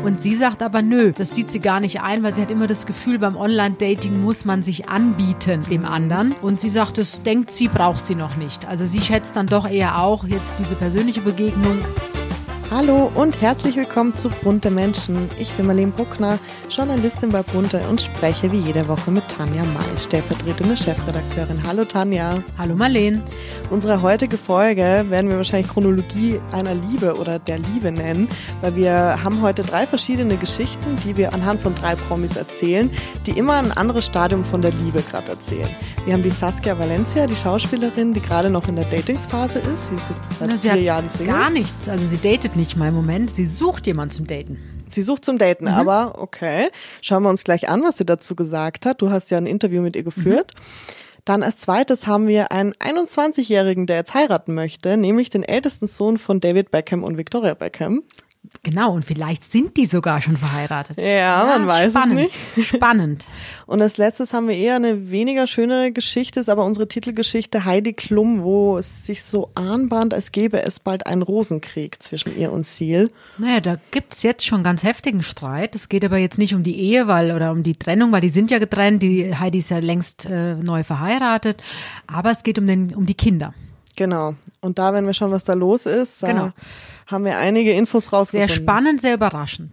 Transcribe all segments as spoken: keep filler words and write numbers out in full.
Und sie sagt aber, nö, das sieht sie gar nicht ein, weil sie hat immer das Gefühl, beim Online-Dating muss man sich anbieten dem anderen. Und sie sagt, das denkt sie, braucht sie noch nicht. Also sie schätzt dann doch eher auch jetzt diese persönliche Begegnung. Hallo und herzlich willkommen zu Bunte Menschen. Ich bin Marlene Bruckner, Journalistin bei Bunte und spreche wie jede Woche mit Tanja May, stellvertretende Chefredakteurin. Hallo Tanja. Hallo Marlene. Unsere heutige Folge werden wir wahrscheinlich Chronologie einer Liebe oder der Liebe nennen, weil wir haben heute drei verschiedene Geschichten, die wir anhand von drei Promis erzählen, die immer ein anderes Stadium von der Liebe gerade erzählen. Wir haben die Saskia Valencia, die Schauspielerin, die gerade noch in der Datingsphase ist. Sie ist jetzt seit Na, sie vier hat Jahren Single. Gar nichts, also sie datet nicht mal im Moment, sie sucht jemanden zum Daten. Sie sucht zum Daten, mhm. aber okay. Schauen wir uns gleich an, was sie dazu gesagt hat. Du hast ja ein Interview mit ihr geführt. Mhm. Dann als zweites haben wir einen einundzwanzigjährigen, der jetzt heiraten möchte, nämlich den ältesten Sohn von David Beckham und Victoria Beckham. Genau, und vielleicht sind die sogar schon verheiratet. Ja, ja man weiß spannend, es nicht. Spannend. Und als letztes haben wir eher eine weniger schönere Geschichte, ist aber unsere Titelgeschichte Heidi Klum, wo es sich so anbahnt, als gäbe es bald einen Rosenkrieg zwischen ihr und Seal. Naja, da gibt's jetzt schon ganz heftigen Streit. Es geht aber jetzt nicht um die Ehe weil oder um die Trennung, weil die sind ja getrennt. Die Heidi ist ja längst äh, neu verheiratet. Aber es geht um, den, um die Kinder. Genau. Und da, wenn wir schauen, was da los ist, genau. haben wir einige Infos rausgefunden. Sehr spannend, sehr überraschend.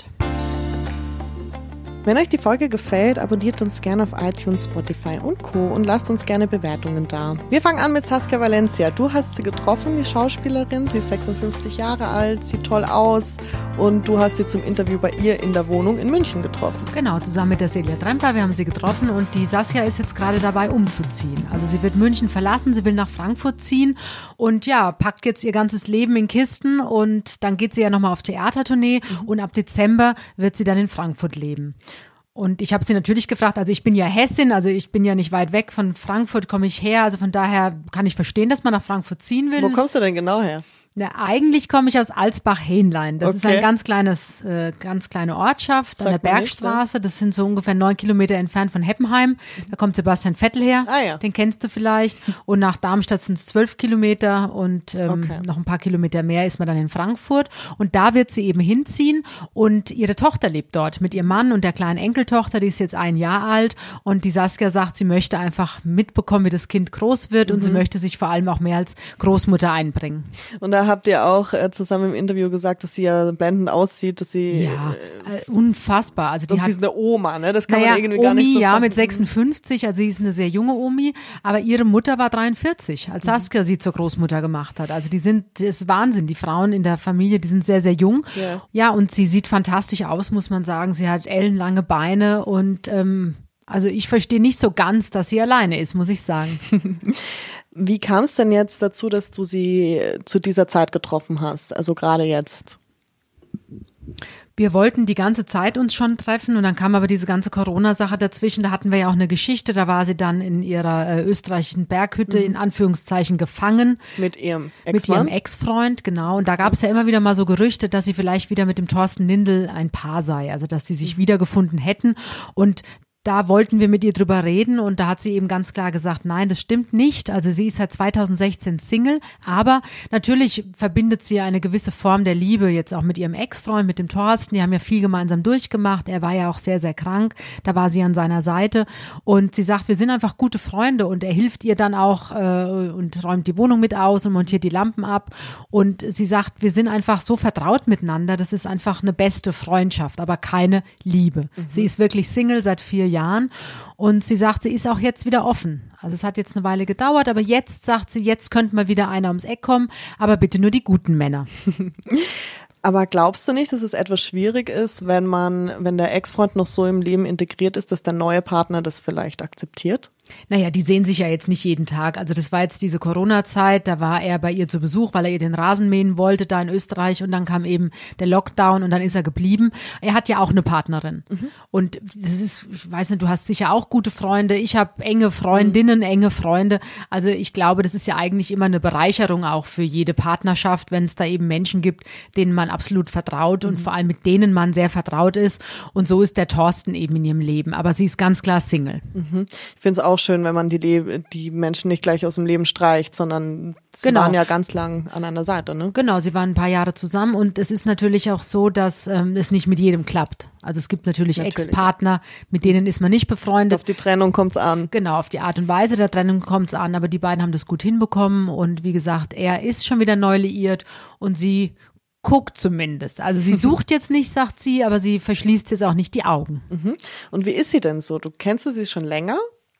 Wenn euch die Folge gefällt, abonniert uns gerne auf iTunes, Spotify und Co. und lasst uns gerne Bewertungen da. Wir fangen an mit Saskia Valencia. Du hast sie getroffen, die Schauspielerin. Sie ist sechsundfünfzig Jahre alt, sieht toll aus und du hast sie zum Interview bei ihr in der Wohnung in München getroffen. Genau, zusammen mit der Celia Tremper. Wir haben sie getroffen und die Saskia ist jetzt gerade dabei umzuziehen. Also sie wird München verlassen, sie will nach Frankfurt ziehen und ja, packt jetzt ihr ganzes Leben in Kisten und dann geht sie ja nochmal auf Theatertournee mhm. und ab Dezember wird sie dann in Frankfurt leben. Und ich habe sie natürlich gefragt, also ich bin ja Hessin, also ich bin ja nicht weit weg von Frankfurt, komme ich her, also von daher kann ich verstehen, dass man nach Frankfurt ziehen will. Wo kommst du denn genau her? Ja, eigentlich komme ich aus Alsbach-Hähnlein. Das okay. ist ein ganz kleines, äh, ganz kleine Ortschaft Sagt an der Bergstraße. Nicht, ne? Das sind so ungefähr neun Kilometer entfernt von Heppenheim. Da kommt Sebastian Vettel her. Ah, ja. Den kennst du vielleicht. Und nach Darmstadt sind es zwölf Kilometer und ähm, okay. noch ein paar Kilometer mehr ist man dann in Frankfurt. Und da wird sie eben hinziehen. Und ihre Tochter lebt dort mit ihrem Mann und der kleinen Enkeltochter. Die ist jetzt ein Jahr alt. Und die Saskia sagt, sie möchte einfach mitbekommen, wie das Kind groß wird. Mhm. Und sie möchte sich vor allem auch mehr als Großmutter einbringen. Und da habt ihr auch äh, zusammen im Interview gesagt, dass sie ja blendend aussieht, dass sie ja, äh, unfassbar. Also die und hat, sie ist eine Oma, ne? Das kann naja, man irgendwie Omi, gar nicht so ja, fassen. mit sechsundfünfzig, also sie ist eine sehr junge Omi, aber ihre Mutter war dreiundvierzig, als Saskia sie zur Großmutter gemacht hat. Also die sind, das ist Wahnsinn, die Frauen in der Familie, die sind sehr, sehr jung. Ja, ja und sie sieht fantastisch aus, muss man sagen. Sie hat ellenlange Beine und ähm, also ich verstehe nicht so ganz, dass sie alleine ist, muss ich sagen. Wie kam es denn jetzt dazu, dass du sie zu dieser Zeit getroffen hast? Also gerade jetzt? Wir wollten die ganze Zeit uns schon treffen und dann kam aber diese ganze Corona-Sache dazwischen. Da hatten wir ja auch eine Geschichte, da war sie dann in ihrer äh, österreichischen Berghütte mhm. in Anführungszeichen gefangen. Mit ihrem Ex-Mann? Mit ihrem Ex-Freund, genau. Und da gab es ja immer wieder mal so Gerüchte, dass sie vielleicht wieder mit dem Thorsten Lindl ein Paar sei, also dass sie sich wiedergefunden hätten und da wollten wir mit ihr drüber reden und da hat sie eben ganz klar gesagt, nein, das stimmt nicht. Also sie ist seit zweitausendsechzehn Single, aber natürlich verbindet sie eine gewisse Form der Liebe jetzt auch mit ihrem Ex-Freund, mit dem Thorsten. Die haben ja viel gemeinsam durchgemacht. Er war ja auch sehr, sehr krank. Da war sie an seiner Seite und sie sagt, wir sind einfach gute Freunde und er hilft ihr dann auch äh, und räumt die Wohnung mit aus und montiert die Lampen ab und sie sagt, wir sind einfach so vertraut miteinander. Das ist einfach eine beste Freundschaft, aber keine Liebe. Mhm. Sie ist wirklich Single seit vier Jahren. Jahren. Und sie sagt, sie ist auch jetzt wieder offen. Also es hat jetzt eine Weile gedauert, aber jetzt sagt sie, jetzt könnte mal wieder einer ums Eck kommen, aber bitte nur die guten Männer. Aber glaubst du nicht, dass es etwas schwierig ist, wenn man, wenn der Ex-Freund noch so im Leben integriert ist, dass der neue Partner das vielleicht akzeptiert? Naja, die sehen sich ja jetzt nicht jeden Tag. Also das war jetzt diese Corona-Zeit, da war er bei ihr zu Besuch, weil er ihr den Rasen mähen wollte da in Österreich und dann kam eben der Lockdown und dann ist er geblieben. Er hat ja auch eine Partnerin. Mhm. Und das ist, ich weiß nicht, du hast sicher auch gute Freunde. Ich habe enge Freundinnen, mhm. enge Freunde. Also ich glaube, das ist ja eigentlich immer eine Bereicherung auch für jede Partnerschaft, wenn es da eben Menschen gibt, denen man absolut vertraut mhm. und vor allem mit denen man sehr vertraut ist. Und so ist der Thorsten eben in ihrem Leben. Aber sie ist ganz klar Single. Mhm. Ich finde es auch auch schön, wenn man die, Le- die Menschen nicht gleich aus dem Leben streicht, sondern sie Genau. waren ja ganz lang an einer Seite, ne? Genau, sie waren ein paar Jahre zusammen und es ist natürlich auch so, dass ähm, es nicht mit jedem klappt. Also es gibt natürlich, Natürlich. Ex-Partner, mit denen ist man nicht befreundet. Auf die Trennung kommt's an. Genau, auf die Art und Weise der Trennung kommt es an, aber die beiden haben das gut hinbekommen und wie gesagt, er ist schon wieder neu liiert und sie guckt zumindest. Also sie sucht jetzt nicht, sagt sie, aber sie verschließt jetzt auch nicht die Augen. Mhm. Und wie ist sie denn so? Du kennst du sie schon länger?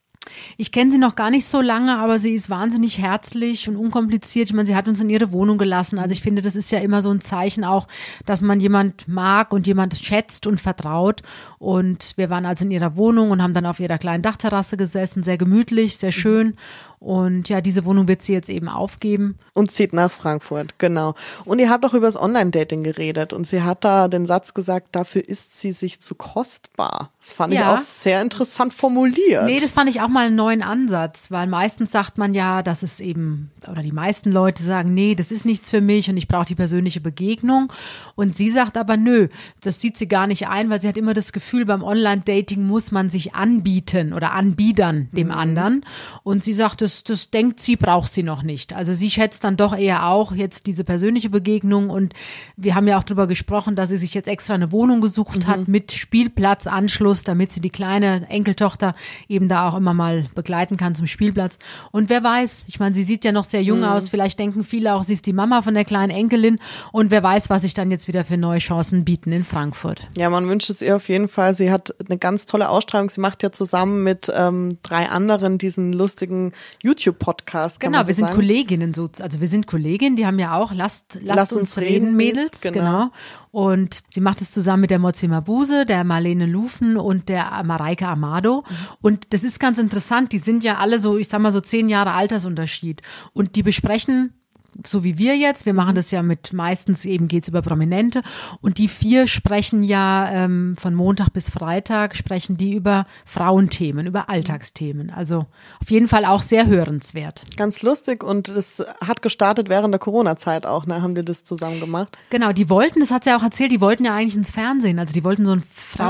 Ich kenne sie noch gar nicht so lange, aber sie ist wahnsinnig herzlich und unkompliziert. Ich meine, sie hat uns in ihre Wohnung gelassen. Also ich finde, das ist ja immer so ein Zeichen auch, dass man jemand mag und jemand schätzt und vertraut. Und wir waren also in ihrer Wohnung und haben dann auf ihrer kleinen Dachterrasse gesessen, sehr gemütlich, sehr schön. Und ja, diese Wohnung wird sie jetzt eben aufgeben. Und zieht nach Frankfurt, genau. Und ihr habt auch über das Online-Dating geredet und sie hat da den Satz gesagt, dafür ist sie sich zu kostbar. Das fand Ja. ich auch sehr interessant formuliert. Nee, das fand ich auch mal einen neuen Ansatz, weil meistens sagt man ja, dass es eben, oder die meisten Leute sagen, nee, das ist nichts für mich und ich brauche die persönliche Begegnung. Und sie sagt aber, nö, das sieht sie gar nicht ein, weil sie hat immer das Gefühl, beim Online-Dating muss man sich anbieten oder anbiedern dem mhm. anderen. Und sie sagt, das, das denkt sie, braucht sie noch nicht. Also sie schätzt dann doch eher auch jetzt diese persönliche Begegnung. Und wir haben ja auch darüber gesprochen, dass sie sich jetzt extra eine Wohnung gesucht mhm. hat mit Spielplatzanschluss, damit sie die kleine Enkeltochter eben da auch immer mal begleiten kann zum Spielplatz. Und wer weiß, ich meine, sie sieht ja noch sehr jung mhm. aus. Vielleicht denken viele auch, sie ist die Mama von der kleinen Enkelin. Und wer weiß, was sich dann jetzt wieder für neue Chancen bieten in Frankfurt. Ja, man wünscht es ihr auf jeden Fall. Sie hat eine ganz tolle Ausstrahlung. Sie macht ja zusammen mit ähm, drei anderen diesen lustigen YouTube-Podcast. Genau, man so wir sind sagen. Kolleginnen. So, also wir sind Kolleginnen, die haben ja auch Lasst, lasst, lasst uns, uns reden, reden, Mädels. Genau. genau. Und sie macht es zusammen mit der Mozi Mabuse, der Marlene Lufen und der Mareike Amado. Mhm. Und das ist ganz interessant. Die sind ja alle so, ich sag mal so zehn Jahre Altersunterschied. Und die besprechen, so wie wir jetzt, wir machen das ja mit, meistens eben geht's über Prominente und die vier sprechen ja ähm, von Montag bis Freitag, sprechen die über Frauenthemen, über Alltagsthemen. Also auf jeden Fall auch sehr hörenswert. Ganz lustig und das hat gestartet während der Corona-Zeit auch, ne? Haben die das zusammen gemacht? Genau, die wollten, das hat sie ja auch erzählt, die wollten ja eigentlich ins Fernsehen, also die wollten so ein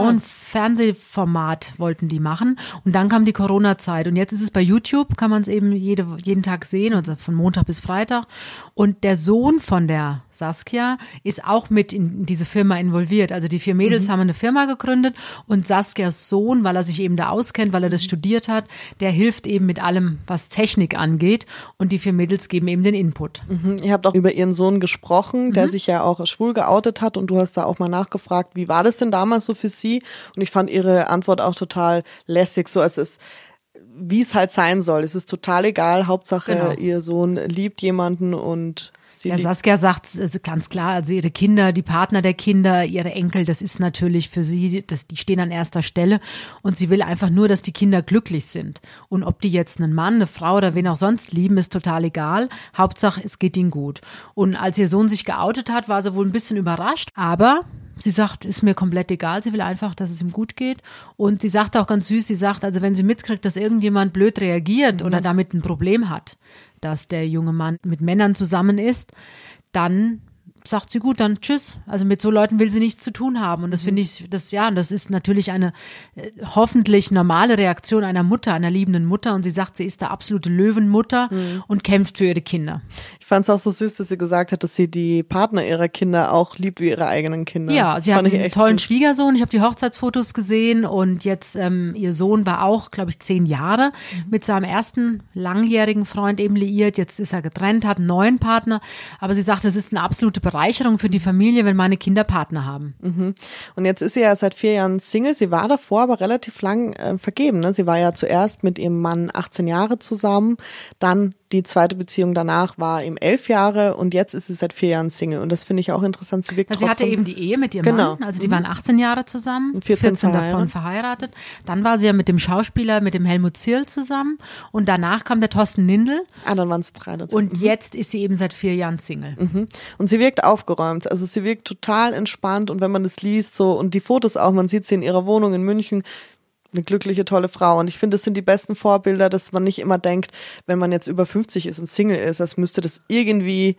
Frauenfernsehformat wollten die machen und dann kam die Corona-Zeit und jetzt ist es bei YouTube, kann man es eben jede, jeden Tag sehen, also von Montag bis Freitag. Und der Sohn von der Saskia ist auch mit in diese Firma involviert. Also die vier Mädels mhm. haben eine Firma gegründet und Saskias Sohn, weil er sich eben da auskennt, weil er das studiert hat, der hilft eben mit allem, was Technik angeht. Und die vier Mädels geben eben den Input. Mhm. Ihr habt auch über ihren Sohn gesprochen, der mhm. sich ja auch schwul geoutet hat und du hast da auch mal nachgefragt, wie war das denn damals so für sie? Und ich fand ihre Antwort auch total lässig, so als es wie es halt sein soll. Es ist total egal. Hauptsache, genau. ihr Sohn liebt jemanden und sie Ja, liebt. Saskia sagt also ganz klar, also ihre Kinder, die Partner der Kinder, ihre Enkel, das ist natürlich für sie, das, die stehen an erster Stelle und sie will einfach nur, dass die Kinder glücklich sind. Und ob die jetzt einen Mann, eine Frau oder wen auch sonst lieben, ist total egal. Hauptsache, es geht ihnen gut. Und als ihr Sohn sich geoutet hat, war sie wohl ein bisschen überrascht, aber sie sagt, ist mir komplett egal, sie will einfach, dass es ihm gut geht. Und sie sagt auch ganz süß, sie sagt, also wenn sie mitkriegt, dass irgendjemand blöd reagiert mhm. oder damit ein Problem hat, dass der junge Mann mit Männern zusammen ist, dann sagt sie, gut, dann tschüss. Also mit so Leuten will sie nichts zu tun haben. Und das mhm. finde ich, das ja, das ist natürlich eine äh, hoffentlich normale Reaktion einer Mutter, einer liebenden Mutter. Und sie sagt, sie ist der absolute Löwenmutter mhm. und kämpft für ihre Kinder. Ich fand es auch so süß, dass sie gesagt hat, dass sie die Partner ihrer Kinder auch liebt wie ihre eigenen Kinder. Ja, sie hat einen tollen süß. Schwiegersohn. Ich habe die Hochzeitsfotos gesehen und jetzt ähm, ihr Sohn war auch, glaube ich, zehn Jahre mhm. mit seinem ersten langjährigen Freund eben liiert. Jetzt ist er getrennt, hat einen neuen Partner. Aber sie sagt, es ist eine absolute Bereicherung für die Familie, wenn meine Kinder Partner haben. Mhm. Und jetzt ist sie ja seit vier Jahren Single. Sie war davor aber relativ lang äh, vergeben. Ne? Sie war ja zuerst mit ihrem Mann achtzehn Jahre zusammen, dann die zweite Beziehung danach war ihm elf Jahre und jetzt ist sie seit vier Jahren Single. Und das finde ich auch interessant. Sie wirkt also sie trotzdem, hatte eben die Ehe mit ihrem genau. Mann, also die mhm. waren achtzehn Jahre zusammen, vierzehn, vierzehn verheiratet. davon verheiratet. Dann war sie ja mit dem Schauspieler, mit dem Helmut Zierl zusammen und danach kam der Thorsten Nindl. Ah, dann waren es drei dazu. Und mhm. jetzt ist sie eben seit vier Jahren Single. Mhm. Und sie wirkt aufgeräumt, also sie wirkt total entspannt und wenn man das liest so und die Fotos auch, man sieht sie in ihrer Wohnung in München, eine glückliche, tolle Frau. Und ich finde, das sind die besten Vorbilder, dass man nicht immer denkt, wenn man jetzt über fünfzig ist und Single ist, als müsste das irgendwie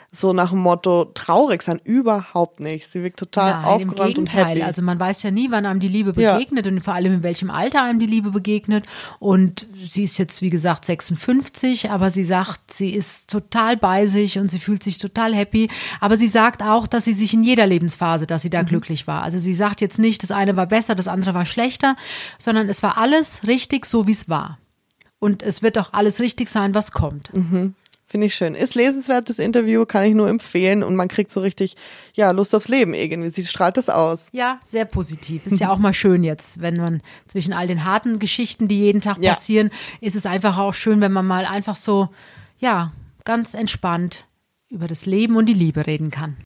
so nach dem Motto traurig sein, überhaupt nicht. Sie wirkt total Nein, aufgeräumt und happy. Also man weiß ja nie, wann einem die Liebe begegnet ja. und vor allem in welchem Alter einem die Liebe begegnet. Und sie ist jetzt, wie gesagt, sechsundfünfzig, aber sie sagt, sie ist total bei sich und sie fühlt sich total happy. Aber sie sagt auch, dass sie sich in jeder Lebensphase, dass sie da mhm. glücklich war. Also sie sagt jetzt nicht, das eine war besser, das andere war schlechter, sondern es war alles richtig, so wie es war. Und es wird auch alles richtig sein, was kommt. Mhm. Finde ich schön. Ist lesenswertes Interview, kann ich nur empfehlen und man kriegt so richtig, ja, Lust aufs Leben irgendwie. Sie strahlt das aus. Ja, sehr positiv. Ist ja auch mal schön jetzt, wenn man zwischen all den harten Geschichten, die jeden Tag passieren, ja. ist es einfach auch schön, wenn man mal einfach so, ja, ganz entspannt über das Leben und die Liebe reden kann.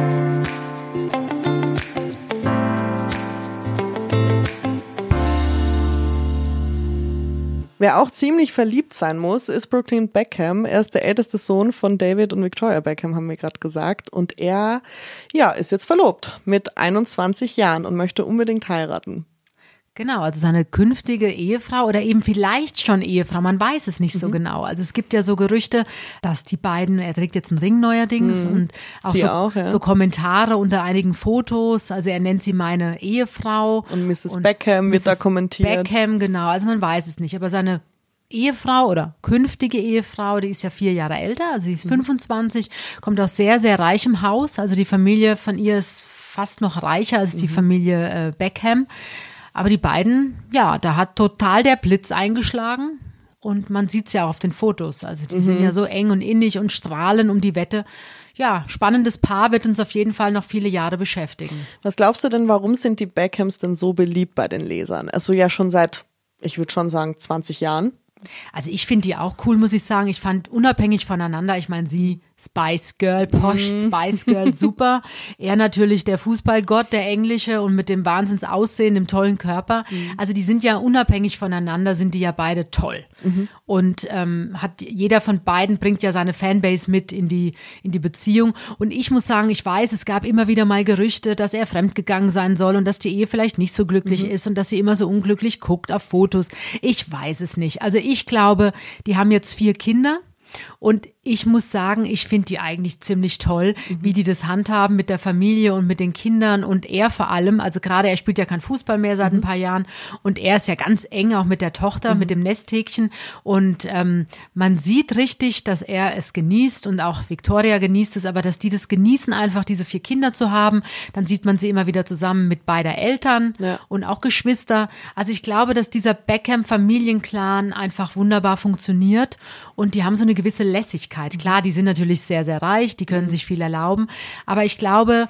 Wer auch ziemlich verliebt sein muss, ist Brooklyn Beckham. Er ist der älteste Sohn von David und Victoria Beckham, haben wir gerade gesagt. Und er, ja, ist jetzt verlobt mit einundzwanzig Jahren und möchte unbedingt heiraten. Genau, also seine künftige Ehefrau oder eben vielleicht schon Ehefrau, man weiß es nicht so mhm. genau. Also es gibt ja so Gerüchte, dass die beiden, er trägt jetzt einen Ring neuerdings mhm. und auch, sie so, auch ja. so Kommentare unter einigen Fotos. Also er nennt sie meine Ehefrau. Und Misses Beckham wird da kommentiert. Beckham, genau, also man weiß es nicht. Aber seine Ehefrau oder künftige Ehefrau, die ist ja vier Jahre älter, also sie ist mhm. fünfundzwanzig, kommt aus sehr, sehr reichem Haus. Also die Familie von ihr ist fast noch reicher als die mhm. Familie äh, Beckham. Aber die beiden, ja, da hat total der Blitz eingeschlagen und man sieht es ja auch auf den Fotos. Also die mhm. sind ja so eng und innig und strahlen um die Wette. Ja, spannendes Paar, wird uns auf jeden Fall noch viele Jahre beschäftigen. Was glaubst du denn, warum sind die Beckhams denn so beliebt bei den Lesern? Also ja schon seit, ich würde schon sagen, zwanzig Jahren. Also ich finde die auch cool, muss ich sagen. Ich fand unabhängig voneinander, ich meine, sie Spice Girl, posh, mhm. Spice Girl, super. Er natürlich der Fußballgott, der englische und mit dem Wahnsinnsaussehen, dem tollen Körper. Mhm. Also die sind ja unabhängig voneinander, sind die ja beide toll. Mhm. Und ähm, hat jeder von beiden bringt ja seine Fanbase mit in die in die Beziehung. Und ich muss sagen, ich weiß, es gab immer wieder mal Gerüchte, dass er fremdgegangen sein soll und dass die Ehe vielleicht nicht so glücklich mhm. ist und dass sie immer so unglücklich guckt auf Fotos. Ich weiß es nicht. Also ich glaube, die haben jetzt vier Kinder. Und ich muss sagen, ich finde die eigentlich ziemlich toll, mhm. wie die das handhaben mit der Familie und mit den Kindern und er vor allem, also gerade er spielt ja kein Fußball mehr seit mhm. ein paar Jahren und er ist ja ganz eng auch mit der Tochter, mhm. mit dem Nesthäkchen und ähm, man sieht richtig, dass er es genießt und auch Victoria genießt es, aber dass die das genießen, einfach diese vier Kinder zu haben, dann sieht man sie immer wieder zusammen mit beider Eltern ja. und auch Geschwister. Also ich glaube, dass dieser Beckham-Familienclan einfach wunderbar funktioniert und die haben so eine gewisse Lässigkeit. Klar, die sind natürlich sehr, sehr reich, die können sich viel erlauben, aber ich glaube,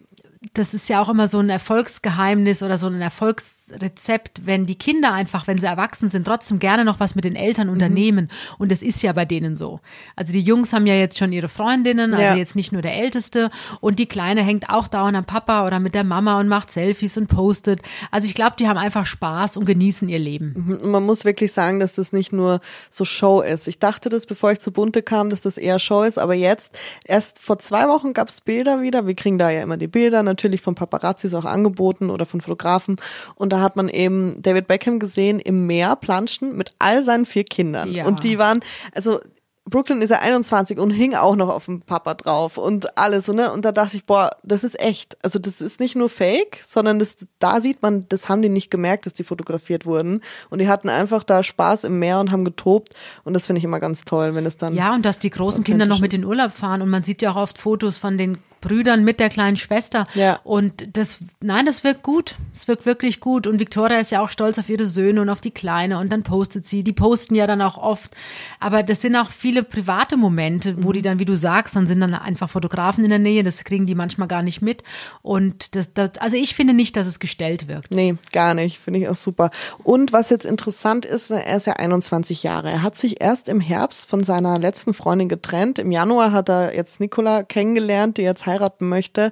das ist ja auch immer so ein Erfolgsgeheimnis oder so ein Erfolgsrezept, wenn die Kinder einfach, wenn sie erwachsen sind, trotzdem gerne noch was mit den Eltern unternehmen. Mhm. Und das ist ja bei denen so. Also die Jungs haben ja jetzt schon ihre Freundinnen, also ja. jetzt nicht nur der Älteste. Und die Kleine hängt auch dauernd am Papa oder mit der Mama und macht Selfies und postet. Also ich glaube, die haben einfach Spaß und genießen ihr Leben. Mhm. Und man muss wirklich sagen, dass das nicht nur so Show ist. Ich dachte das, bevor ich zu Bunte kam, dass das eher Show ist. Aber jetzt, erst vor zwei Wochen gab es Bilder wieder. Wir kriegen da ja immer die Bilder, natürlich von Paparazzis auch angeboten oder von Fotografen. Und da hat man eben David Beckham gesehen im Meer planschen mit all seinen vier Kindern. Ja. Und die waren, also Brooklyn ist ja einundzwanzig und hing auch noch auf dem Papa drauf und alles. Ne? Und da dachte ich, boah, das ist echt. Also das ist nicht nur Fake, sondern das, da sieht man, das haben die nicht gemerkt, dass die fotografiert wurden. Und die hatten einfach da Spaß im Meer und haben getobt. Und das finde ich immer ganz toll, wenn es dann... Ja, und dass die großen Kinder noch mit in Urlaub fahren. Und man sieht ja auch oft Fotos von den Brüdern mit der kleinen Schwester. Ja. Und das, nein, das wirkt gut. Es wirkt wirklich gut. Und Victoria ist ja auch stolz auf ihre Söhne und auf die Kleine. Und dann postet sie. Die posten ja dann auch oft. Aber das sind auch viele private Momente, wo mhm. die dann, wie du sagst, dann sind dann einfach Fotografen in der Nähe. Das kriegen die manchmal gar nicht mit. Und das, das also ich finde nicht, dass es gestellt wirkt. Nee, gar nicht. Finde ich auch super. Und was jetzt interessant ist, er ist ja einundzwanzig Jahre. Er hat sich erst im Herbst von seiner letzten Freundin getrennt. Im Januar hat er jetzt Nicola kennengelernt, die jetzt heiraten möchte.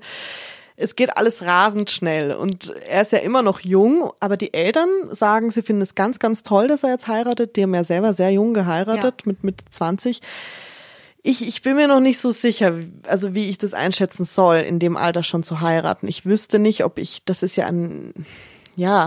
Es geht alles rasend schnell und er ist ja immer noch jung, aber die Eltern sagen, sie finden es ganz, ganz toll, dass er jetzt heiratet. Die haben ja selber sehr jung geheiratet, ja. mit, mit zwanzig. Ich, ich bin mir noch nicht so sicher, also wie ich das einschätzen soll, in dem Alter schon zu heiraten. Ich wüsste nicht, ob ich, das ist ja ein, ja,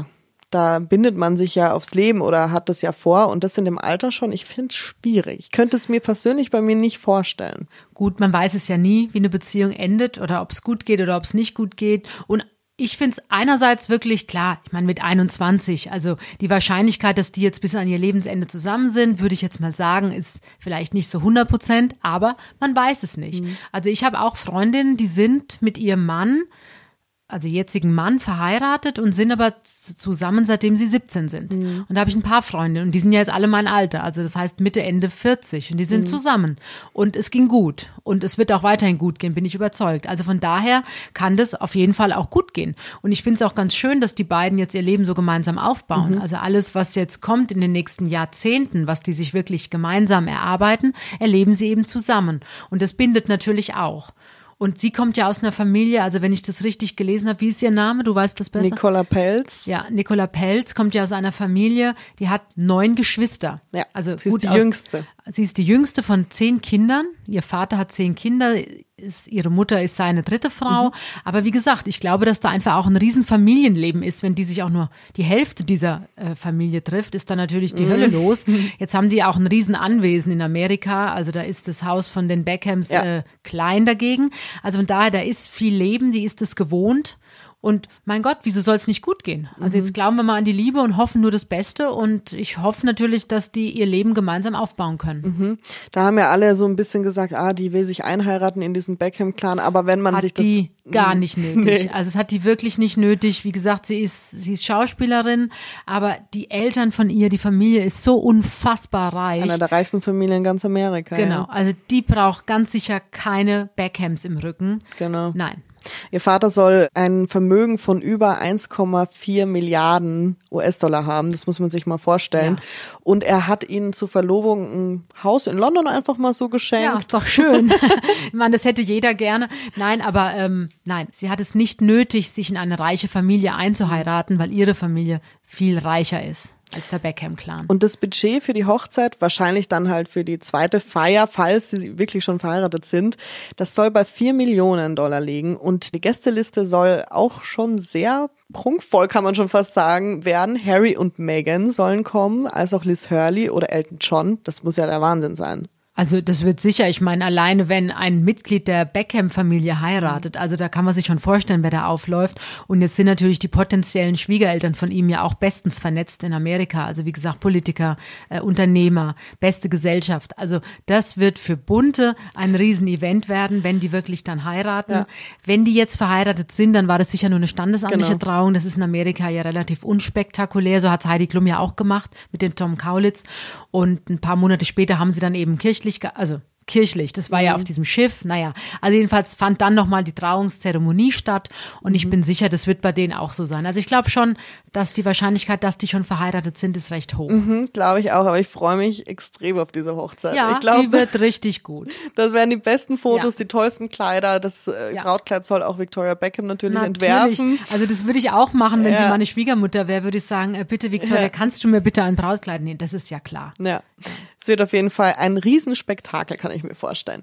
da bindet man sich ja aufs Leben oder hat das ja vor und das in dem Alter schon, ich finde es schwierig. Ich könnte es mir persönlich bei mir nicht vorstellen. Gut, man weiß es ja nie, wie eine Beziehung endet oder ob es gut geht oder ob es nicht gut geht. Und ich finde es einerseits wirklich klar, ich meine mit einundzwanzig, also die Wahrscheinlichkeit, dass die jetzt bis an ihr Lebensende zusammen sind, würde ich jetzt mal sagen, ist vielleicht nicht so hundert Prozent, aber man weiß es nicht. Mhm. Also ich habe auch Freundinnen, die sind mit ihrem Mann, also jetzigen Mann, verheiratet und sind aber zusammen, seitdem sie siebzehn sind. Mhm. Und da habe ich ein paar Freundinnen und die sind ja jetzt alle mein Alter, also das heißt Mitte, Ende vierzig und die sind mhm. zusammen und es ging gut und es wird auch weiterhin gut gehen, bin ich überzeugt. Also von daher kann das auf jeden Fall auch gut gehen und ich finde es auch ganz schön, dass die beiden jetzt ihr Leben so gemeinsam aufbauen. Mhm. Also alles, was jetzt kommt in den nächsten Jahrzehnten, was die sich wirklich gemeinsam erarbeiten, erleben sie eben zusammen und das bindet natürlich auch. Und sie kommt ja aus einer Familie, also wenn ich das richtig gelesen habe, wie ist ihr Name? Du weißt das besser. Nicola Pelz. Ja, Nicola Pelz kommt ja aus einer Familie, die hat neun Geschwister. Ja, also sie gut ist die aus, Jüngste. Sie ist die Jüngste von zehn Kindern. Ihr Vater hat zehn Kinder, ist, ihre Mutter ist seine dritte Frau. Mhm. Aber wie gesagt, ich glaube, dass da einfach auch ein riesen Familienleben ist. Wenn die sich auch nur die Hälfte dieser äh, Familie trifft, ist da natürlich die mhm. Hölle los. Jetzt haben die auch ein riesen Anwesen in Amerika. Also da ist das Haus von den Beckhams ja. äh, klein dagegen. Also von daher, da ist viel Leben, die ist es gewohnt. Und mein Gott, wieso soll es nicht gut gehen? Also jetzt glauben wir mal an die Liebe und hoffen nur das Beste. Und ich hoffe natürlich, dass die ihr Leben gemeinsam aufbauen können. Mhm. Da haben ja alle so ein bisschen gesagt, ah, die will sich einheiraten in diesen Beckham-Clan. Aber wenn man hat sich das... Hat die gar nicht nötig. Nee. Also es hat die wirklich nicht nötig. Wie gesagt, sie ist, sie ist Schauspielerin, aber die Eltern von ihr, die Familie ist so unfassbar reich. Einer der reichsten Familien in ganz Amerika. Genau, ja. Also die braucht ganz sicher keine Beckhams im Rücken. Genau. Nein. Ihr Vater soll ein Vermögen von über eins Komma vier Milliarden U S-Dollar haben. Das muss man sich mal vorstellen. Ja. Und er hat ihnen zur Verlobung ein Haus in London einfach mal so geschenkt. Ja, ist doch schön. Ich meine, das hätte jeder gerne. Nein, aber ähm, nein, sie hat es nicht nötig, sich in eine reiche Familie einzuheiraten, weil ihre Familie viel reicher ist als der Beckham-Clan. Und das Budget für die Hochzeit, wahrscheinlich dann halt für die zweite Feier, falls sie wirklich schon verheiratet sind, das soll bei vier Millionen Dollar liegen. Und die Gästeliste soll auch schon sehr prunkvoll, kann man schon fast sagen, werden. Harry und Meghan sollen kommen, als auch Liz Hurley oder Elton John. Das muss ja der Wahnsinn sein. Also das wird sicher, ich meine, alleine wenn ein Mitglied der Beckham-Familie heiratet, also da kann man sich schon vorstellen, wer da aufläuft. Und jetzt sind natürlich die potenziellen Schwiegereltern von ihm ja auch bestens vernetzt in Amerika. Also wie gesagt, Politiker, äh, Unternehmer, beste Gesellschaft. Also das wird für Bunte ein Riesen-Event werden, wenn die wirklich dann heiraten. Ja. Wenn die jetzt verheiratet sind, dann war das sicher nur eine standesamtliche genau. Trauung. Das ist in Amerika ja relativ unspektakulär. So hat Heidi Klum ja auch gemacht mit dem Tom Kaulitz. Und ein paar Monate später haben sie dann eben kirchlich also kirchlich, das war mhm. ja auf diesem Schiff, naja, also jedenfalls fand dann nochmal die Trauungszeremonie statt und mhm. ich bin sicher, das wird bei denen auch so sein. Also ich glaube schon, dass die Wahrscheinlichkeit, dass die schon verheiratet sind, ist recht hoch. Mhm, glaube ich auch, aber ich freue mich extrem auf diese Hochzeit. Ja, ich glaub, die wird richtig gut. Das werden die besten Fotos, ja. die tollsten Kleider, das äh, ja. Brautkleid soll auch Victoria Beckham natürlich, natürlich entwerfen. Also das würde ich auch machen, wenn ja. sie meine Schwiegermutter wäre, würde ich sagen, äh, bitte Victoria, ja. kannst du mir bitte ein Brautkleid nähen? Das ist ja klar. Ja, es wird auf jeden Fall ein Riesenspektakel, kann ich mir vorstellen.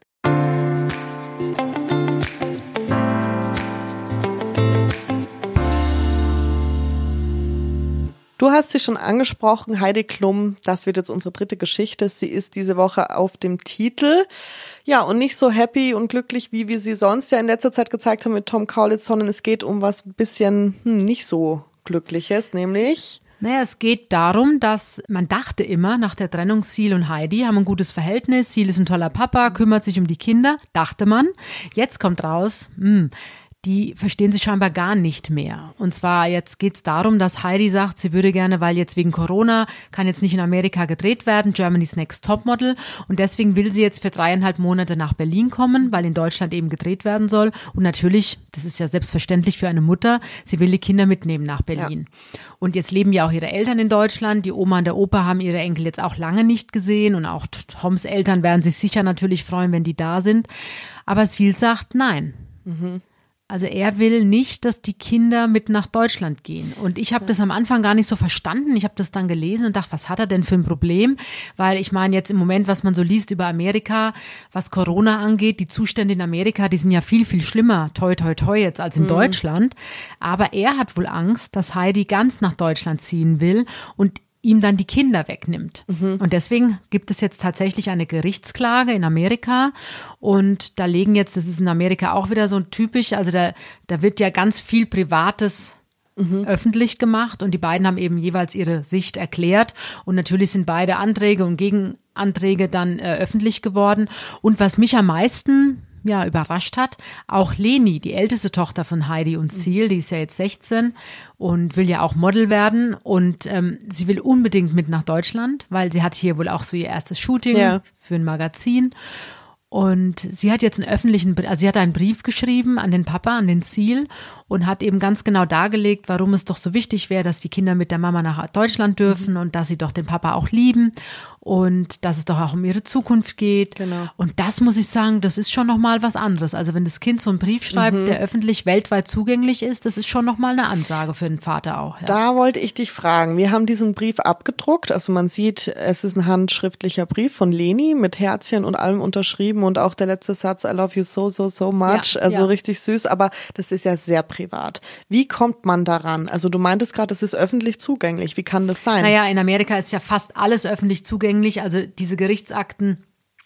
Du hast sie schon angesprochen, Heidi Klum, das wird jetzt unsere dritte Geschichte. Sie ist diese Woche auf dem Titel. Ja, und nicht so happy und glücklich, wie wir sie sonst ja in letzter Zeit gezeigt haben mit Tom Kaulitz, sondern es geht um was ein bisschen hm, nicht so Glückliches, nämlich... Naja, es geht darum, dass man dachte immer, nach der Trennung, Seal und Heidi haben ein gutes Verhältnis, Seal ist ein toller Papa, kümmert sich um die Kinder, dachte man. Jetzt kommt raus, mh, die verstehen sich scheinbar gar nicht mehr. Und zwar jetzt geht's darum, dass Heidi sagt, sie würde gerne, weil jetzt wegen Corona kann jetzt nicht in Amerika gedreht werden, Germany's Next Topmodel. Und deswegen will sie jetzt für dreieinhalb Monate nach Berlin kommen, weil in Deutschland eben gedreht werden soll. Und natürlich, das ist ja selbstverständlich für eine Mutter, sie will die Kinder mitnehmen nach Berlin. Ja. Und jetzt leben ja auch ihre Eltern in Deutschland. Die Oma und der Opa haben ihre Enkel jetzt auch lange nicht gesehen. Und auch Toms Eltern werden sich sicher natürlich freuen, wenn die da sind. Aber Seal sagt nein. Mhm. Also er will nicht, dass die Kinder mit nach Deutschland gehen. Und ich habe das am Anfang gar nicht so verstanden. Ich habe das dann gelesen und dachte, was hat er denn für ein Problem? Weil ich meine jetzt im Moment, was man so liest über Amerika, was Corona angeht, die Zustände in Amerika, die sind ja viel, viel schlimmer, toi, toi, toi jetzt als in mhm. Deutschland. Aber er hat wohl Angst, dass Heidi ganz nach Deutschland ziehen will und ihm dann die Kinder wegnimmt. Mhm. Und deswegen gibt es jetzt tatsächlich eine Gerichtsklage in Amerika und da legen jetzt, das ist in Amerika auch wieder so typisch, also da, da wird ja ganz viel Privates mhm. öffentlich gemacht und die beiden haben eben jeweils ihre Sicht erklärt und natürlich sind beide Anträge und Gegenanträge dann äh, öffentlich geworden und was mich am meisten ja, überrascht hat. Auch Leni, die älteste Tochter von Heidi und Ziel, die ist ja jetzt sechzehn und will ja auch Model werden und ähm, sie will unbedingt mit nach Deutschland, weil sie hat hier wohl auch so ihr erstes Shooting ja. für ein Magazin und sie hat jetzt einen öffentlichen, also sie hat einen Brief geschrieben an den Papa, an den Ziel und hat eben ganz genau dargelegt, warum es doch so wichtig wäre, dass die Kinder mit der Mama nach Deutschland dürfen mhm. und dass sie doch den Papa auch lieben und dass es doch auch um ihre Zukunft geht. Genau. Und das muss ich sagen, das ist schon nochmal was anderes. Also wenn das Kind so einen Brief schreibt, mhm. der öffentlich weltweit zugänglich ist, das ist schon nochmal eine Ansage für den Vater auch. Ja. Da wollte ich dich fragen, wir haben diesen Brief abgedruckt, also man sieht, es ist ein handschriftlicher Brief von Leni mit Herzchen und allem unterschrieben und auch der letzte Satz, I love you so, so, so much, ja, also ja. richtig süß, aber das ist ja sehr privat. Wie kommt man daran? Also du meintest gerade, es ist öffentlich zugänglich. Wie kann das sein? Naja, in Amerika ist ja fast alles öffentlich zugänglich. Also diese Gerichtsakten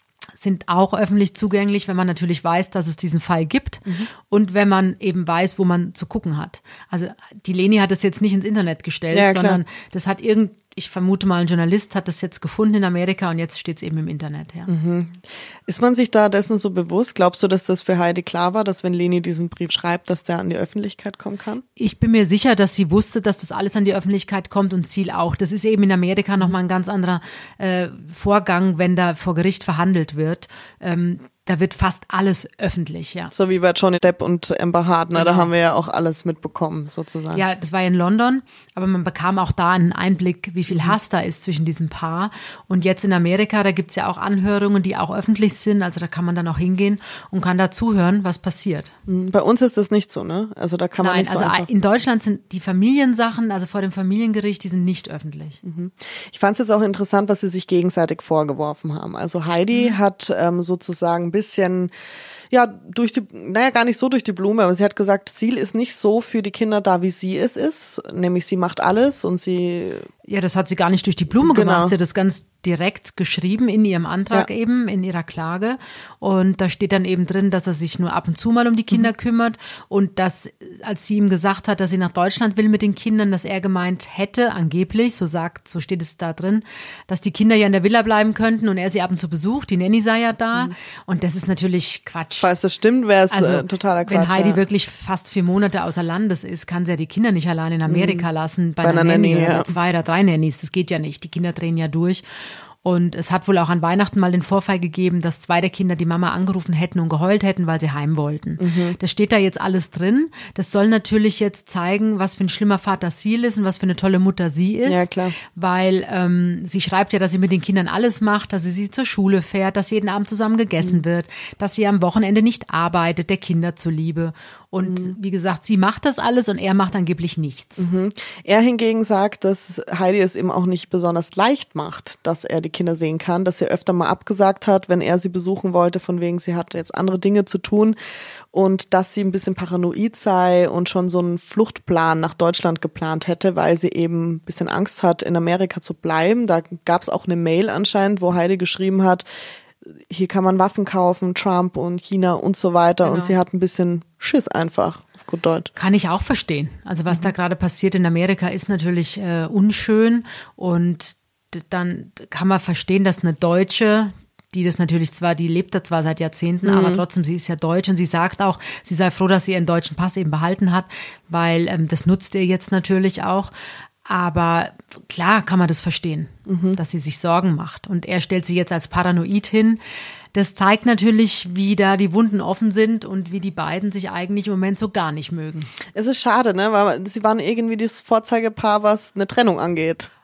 sind auch öffentlich zugänglich, wenn man natürlich weiß, dass es diesen Fall gibt mhm. und wenn man eben weiß, wo man zu gucken hat. Also die Leni hat es jetzt nicht ins Internet gestellt, ja, sondern das hat irgend, ich vermute mal, ein Journalist hat das jetzt gefunden in Amerika und jetzt steht es eben im Internet. Ja. Mhm. Ist man sich da dessen so bewusst? Glaubst du, dass das für Heidi klar war, dass wenn Leni diesen Brief schreibt, dass der an die Öffentlichkeit kommen kann? Ich bin mir sicher, dass sie wusste, dass das alles an die Öffentlichkeit kommt und Ziel auch. Das ist eben in Amerika nochmal ein ganz anderer äh, Vorgang, wenn da vor Gericht verhandelt wird. Ähm, Da wird fast alles öffentlich, ja. So wie bei Johnny Depp und Amber Heard, ne? Genau. Da haben wir ja auch alles mitbekommen, sozusagen. Ja, das war ja in London, aber man bekam auch da einen Einblick, wie viel Hass da ist zwischen diesem Paar. Und jetzt in Amerika, da gibt's ja auch Anhörungen, die auch öffentlich sind, also da kann man dann auch hingehen und kann da zuhören, was passiert. Bei uns ist das nicht so, ne? Also da kann man Nein, nicht so also einfach... in Deutschland sind die Familiensachen, also vor dem Familiengericht, die sind nicht öffentlich. Mhm. Ich fand es jetzt auch interessant, was sie sich gegenseitig vorgeworfen haben. Also Heidi mhm. hat ähm, sozusagen bisschen, ja, durch die, naja, gar nicht so durch die Blume, aber sie hat gesagt, Ziel ist nicht so für die Kinder da, wie sie es ist, nämlich sie macht alles und sie... Ja, das hat sie gar nicht durch die Blume genau. gemacht, sie hat das ganz direkt geschrieben in ihrem Antrag ja. eben, in ihrer Klage und da steht dann eben drin, dass er sich nur ab und zu mal um die Kinder mhm. kümmert und dass, als sie ihm gesagt hat, dass sie nach Deutschland will mit den Kindern, dass er gemeint hätte, angeblich, so sagt, so steht es da drin, dass die Kinder ja in der Villa bleiben könnten und er sie ab und zu besucht, die Nanny sei ja da mhm. und das ist natürlich Quatsch. Falls das stimmt, wäre es also, äh, totaler Quatsch. Wenn Heidi ja. wirklich fast vier Monate außer Landes ist, kann sie ja die Kinder nicht allein in Amerika mhm. lassen, bei, bei einer, einer Nanny, Nanny ja. oder zwei oder drei Nannies, das geht ja nicht, die Kinder drehen ja durch. Und es hat wohl auch an Weihnachten mal den Vorfall gegeben, dass zwei der Kinder die Mama angerufen hätten und geheult hätten, weil sie heim wollten. Mhm. Das steht da jetzt alles drin. Das soll natürlich jetzt zeigen, was für ein schlimmer Vater Ziel ist und was für eine tolle Mutter sie ist. Ja, klar. Weil ähm, sie schreibt ja, dass sie mit den Kindern alles macht, dass sie sie zur Schule fährt, dass jeden Abend zusammen gegessen mhm. wird, dass sie am Wochenende nicht arbeitet, der Kinder zuliebe. Und mhm. wie gesagt, sie macht das alles und er macht angeblich nichts. Mhm. Er hingegen sagt, dass Heidi es ihm auch nicht besonders leicht macht, dass er die Kinder sehen kann, dass er öfter mal abgesagt hat, wenn er sie besuchen wollte, von wegen, sie hat jetzt andere Dinge zu tun und dass sie ein bisschen paranoid sei und schon so einen Fluchtplan nach Deutschland geplant hätte, weil sie eben ein bisschen Angst hat, in Amerika zu bleiben. Da gab es auch eine Mail anscheinend, wo Heidi geschrieben hat, hier kann man Waffen kaufen, Trump und China und so weiter. Genau. Und sie hat ein bisschen Schiss einfach, auf gut Deutsch. Kann ich auch verstehen. Also was mhm. da gerade passiert in Amerika ist natürlich äh, unschön und dann kann man verstehen, dass eine Deutsche, die das natürlich zwar, die lebt da zwar seit Jahrzehnten, mhm. aber trotzdem, sie ist ja deutsch und sie sagt auch, sie sei froh, dass sie ihren deutschen Pass eben behalten hat, weil ähm, das nutzt ihr jetzt natürlich auch. Aber klar kann man das verstehen, mhm. dass sie sich Sorgen macht. Und er stellt sie jetzt als paranoid hin. Das zeigt natürlich, wie da die Wunden offen sind und wie die beiden sich eigentlich im Moment so gar nicht mögen. Es ist schade, ne, weil sie waren irgendwie das Vorzeigepaar, was eine Trennung angeht.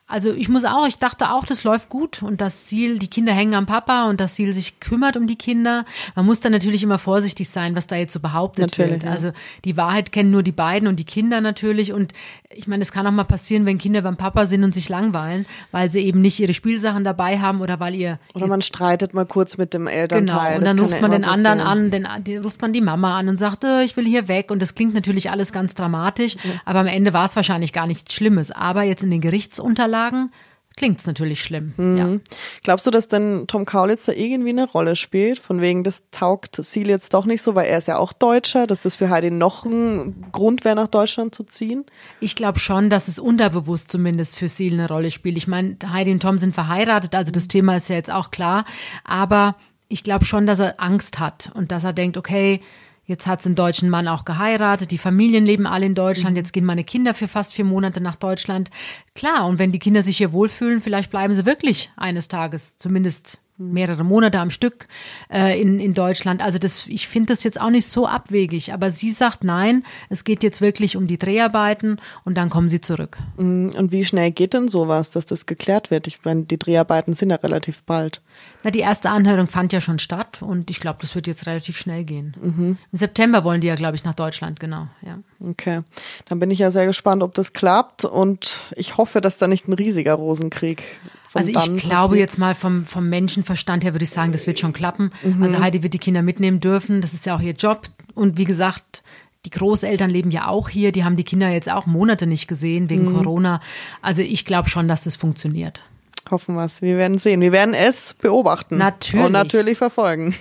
Also ich muss auch, ich dachte auch, das läuft gut und das Ziel, die Kinder hängen am Papa und das Ziel sich kümmert um die Kinder. Man muss dann natürlich immer vorsichtig sein, was da jetzt so behauptet natürlich, wird. Ja. Also die Wahrheit kennen nur die beiden und die Kinder natürlich und ich meine, es kann auch mal passieren, wenn Kinder beim Papa sind und sich langweilen, weil sie eben nicht ihre Spielsachen dabei haben oder weil ihr... Oder man streitet mal kurz mit dem Elternteil. Genau, und dann das ruft kann man ja den anderen passieren. an, den, den ruft man die Mama an und sagt, äh, ich will hier weg und das klingt natürlich alles ganz dramatisch, ja. aber am Ende war es wahrscheinlich gar nichts Schlimmes. Aber jetzt in den Gerichtsunterlagen klingt es natürlich schlimm. Mhm. Ja. Glaubst du, dass denn Tom Kaulitz da irgendwie eine Rolle spielt? Von wegen, das taugt Seal jetzt doch nicht so, weil er ist ja auch Deutscher, dass das für Heidi noch ein Grund wäre, nach Deutschland zu ziehen? Ich glaube schon, dass es unterbewusst zumindest für Seal eine Rolle spielt. Ich meine, Heidi und Tom sind verheiratet, also das Thema ist ja jetzt auch klar. Aber ich glaube schon, dass er Angst hat und dass er denkt, okay, jetzt hat sie einen deutschen Mann auch geheiratet, die Familien leben alle in Deutschland, jetzt gehen meine Kinder für fast vier Monate nach Deutschland. Klar, und wenn die Kinder sich hier wohlfühlen, vielleicht bleiben sie wirklich eines Tages, zumindest mehrere Monate am Stück äh, in, in Deutschland. Also das, ich finde das jetzt auch nicht so abwegig. Aber sie sagt, nein, es geht jetzt wirklich um die Dreharbeiten und dann kommen sie zurück. Und wie schnell geht denn sowas, dass das geklärt wird? Ich meine, die Dreharbeiten sind ja relativ bald. Na, die erste Anhörung fand ja schon statt und ich glaube, das wird jetzt relativ schnell gehen. Mhm. Im September wollen die ja, glaube ich, nach Deutschland, genau. Ja. Okay, dann bin ich ja sehr gespannt, ob das klappt und ich hoffe, dass da nicht ein riesiger Rosenkrieg Also ich dann glaube passiert. jetzt mal vom, vom Menschenverstand her würde ich sagen, das wird schon klappen. Mhm. Also Heidi wird die Kinder mitnehmen dürfen, das ist ja auch ihr Job. Und wie gesagt, die Großeltern leben ja auch hier, die haben die Kinder jetzt auch Monate nicht gesehen wegen Mhm. Corona. Also ich glaube schon, dass das funktioniert. Hoffen wir es. Wir werden sehen. Wir werden es beobachten. Natürlich. Und natürlich verfolgen.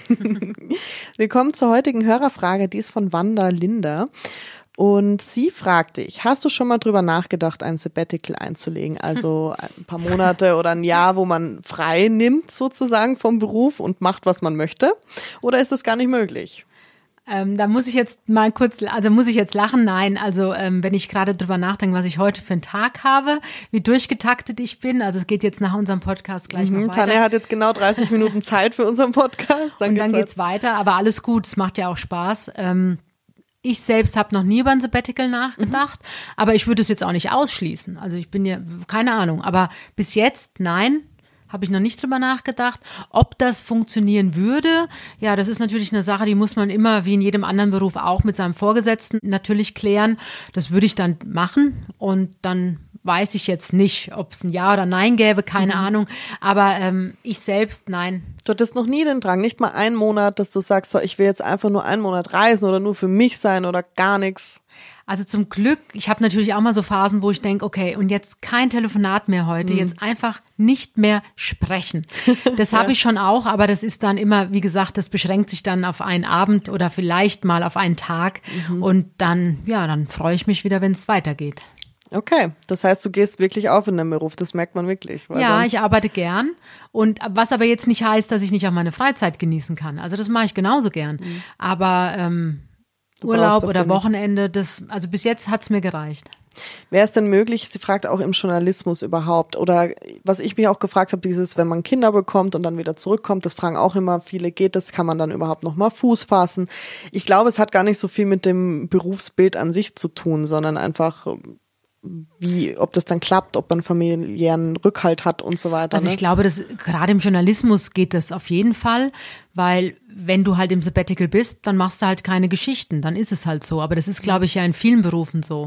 Wir kommen zur heutigen Hörerfrage, die ist von Wanda Linder. Und sie fragt dich, hast du schon mal drüber nachgedacht, ein Sabbatical einzulegen? Also ein paar Monate oder ein Jahr, wo man frei nimmt sozusagen vom Beruf und macht, was man möchte? Oder ist das gar nicht möglich? Ähm, da muss ich jetzt mal kurz, also muss ich jetzt lachen? Nein, also ähm, wenn ich gerade drüber nachdenke, was ich heute für einen Tag habe, wie durchgetaktet ich bin, also es geht jetzt nach unserem Podcast gleich Mhm, noch weiter. Tanja hat jetzt genau dreißig Minuten Zeit für unseren Podcast. Dann Und dann geht's geht's weiter, aber alles gut, es macht ja auch Spaß. Ähm, ich selbst habe noch nie über ein Sabbatical nachgedacht, mhm. aber ich würde es jetzt auch nicht ausschließen. Also ich bin ja, keine Ahnung, aber bis jetzt, nein, habe ich noch nicht drüber nachgedacht. Ob das funktionieren würde, ja, das ist natürlich eine Sache, die muss man immer, wie in jedem anderen Beruf auch, mit seinem Vorgesetzten natürlich klären. Das würde ich dann machen und dann weiß ich jetzt nicht, ob es ein Ja oder Nein gäbe, keine mhm. Ahnung. Aber ähm, ich selbst, nein. Du hattest noch nie den Drang, nicht mal einen Monat, dass du sagst, so, ich will jetzt einfach nur einen Monat reisen oder nur für mich sein oder gar nichts. Also zum Glück, ich habe natürlich auch mal so Phasen, wo ich denke, okay, und jetzt kein Telefonat mehr heute, mhm. jetzt einfach nicht mehr sprechen. Das habe ja. ich schon auch, aber das ist dann immer, wie gesagt, das beschränkt sich dann auf einen Abend oder vielleicht mal auf einen Tag mhm. und dann, ja, dann freue ich mich wieder, wenn es weitergeht. Okay, das heißt, du gehst wirklich auf in deinem Beruf, das merkt man wirklich. Weil ja, ich arbeite gern und was aber jetzt nicht heißt, dass ich nicht auch meine Freizeit genießen kann. Also das mache ich genauso gern, mhm. aber ähm, Urlaub oder Wochenende, das, also bis jetzt hat's mir gereicht. Wäre es denn möglich, sie fragt auch im Journalismus überhaupt, oder was ich mich auch gefragt habe, dieses, wenn man Kinder bekommt und dann wieder zurückkommt, das fragen auch immer viele, geht das, kann man dann überhaupt nochmal Fuß fassen? Ich glaube, es hat gar nicht so viel mit dem Berufsbild an sich zu tun, sondern einfach, wie, ob das dann klappt, ob man familiären Rückhalt hat und so weiter. Also ich ne? glaube, dass gerade im Journalismus geht das auf jeden Fall, weil wenn du halt im Sabbatical bist, dann machst du halt keine Geschichten, dann ist es halt so. Aber das ist, glaube ich, ja in vielen Berufen so.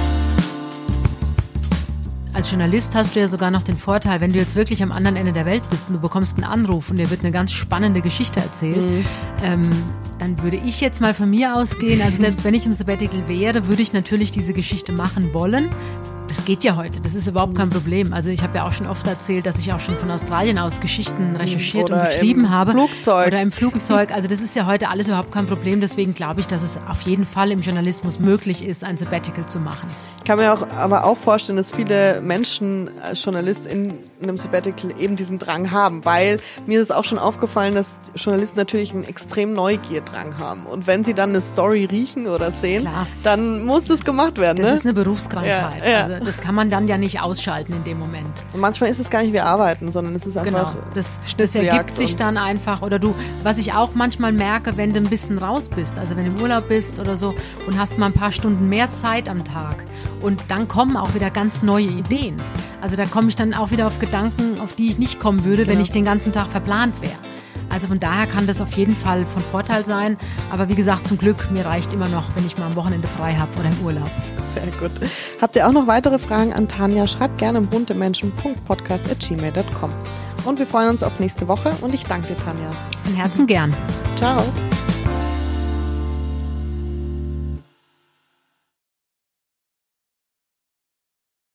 Als Journalist hast du ja sogar noch den Vorteil, wenn du jetzt wirklich am anderen Ende der Welt bist und du bekommst einen Anruf und dir wird eine ganz spannende Geschichte erzählt, mhm. ähm, dann würde ich jetzt mal von mir ausgehen, also selbst wenn ich im Sabbatical wäre, würde ich natürlich diese Geschichte machen wollen. Das geht ja heute, das ist überhaupt kein Problem. Also ich habe ja auch schon oft erzählt, dass ich auch schon von Australien aus Geschichten recherchiert Oder und geschrieben im habe. Flugzeug. Oder im Flugzeug. Also das ist ja heute alles überhaupt kein Problem. Deswegen glaube ich, dass es auf jeden Fall im Journalismus möglich ist, ein Sabbatical zu machen. Ich kann mir auch, aber auch vorstellen, dass viele Menschen als Journalist in einem Sabbatical eben diesen Drang haben, weil mir ist auch schon aufgefallen, dass Journalisten natürlich einen extrem Neugierdrang haben. Und wenn sie dann eine Story riechen oder sehen, Klar. dann muss das gemacht werden. Das ne? ist eine Berufskrankheit. Ja, ja. Also das kann man dann ja nicht ausschalten in dem Moment. Und manchmal ist es gar nicht wie Arbeiten, sondern es ist einfach genau. das, das ergibt sich dann einfach. Oder du, was ich auch manchmal merke, wenn du ein bisschen raus bist, also wenn du im Urlaub bist oder so und hast mal ein paar Stunden mehr Zeit am Tag und dann kommen auch wieder ganz neue Ideen. Also da komme ich dann auch wieder auf Gedanken, auf die ich nicht kommen würde, genau. wenn ich den ganzen Tag verplant wäre. Also von daher kann das auf jeden Fall von Vorteil sein. Aber wie gesagt, zum Glück, mir reicht immer noch, wenn ich mal am Wochenende frei habe oder im Urlaub. Sehr gut. Habt ihr auch noch weitere Fragen an Tanja? Schreibt gerne buntemenschen punkt podcast at gmail punkt com. Und wir freuen uns auf nächste Woche und ich danke dir, Tanja. Von Herzen gern. Ciao.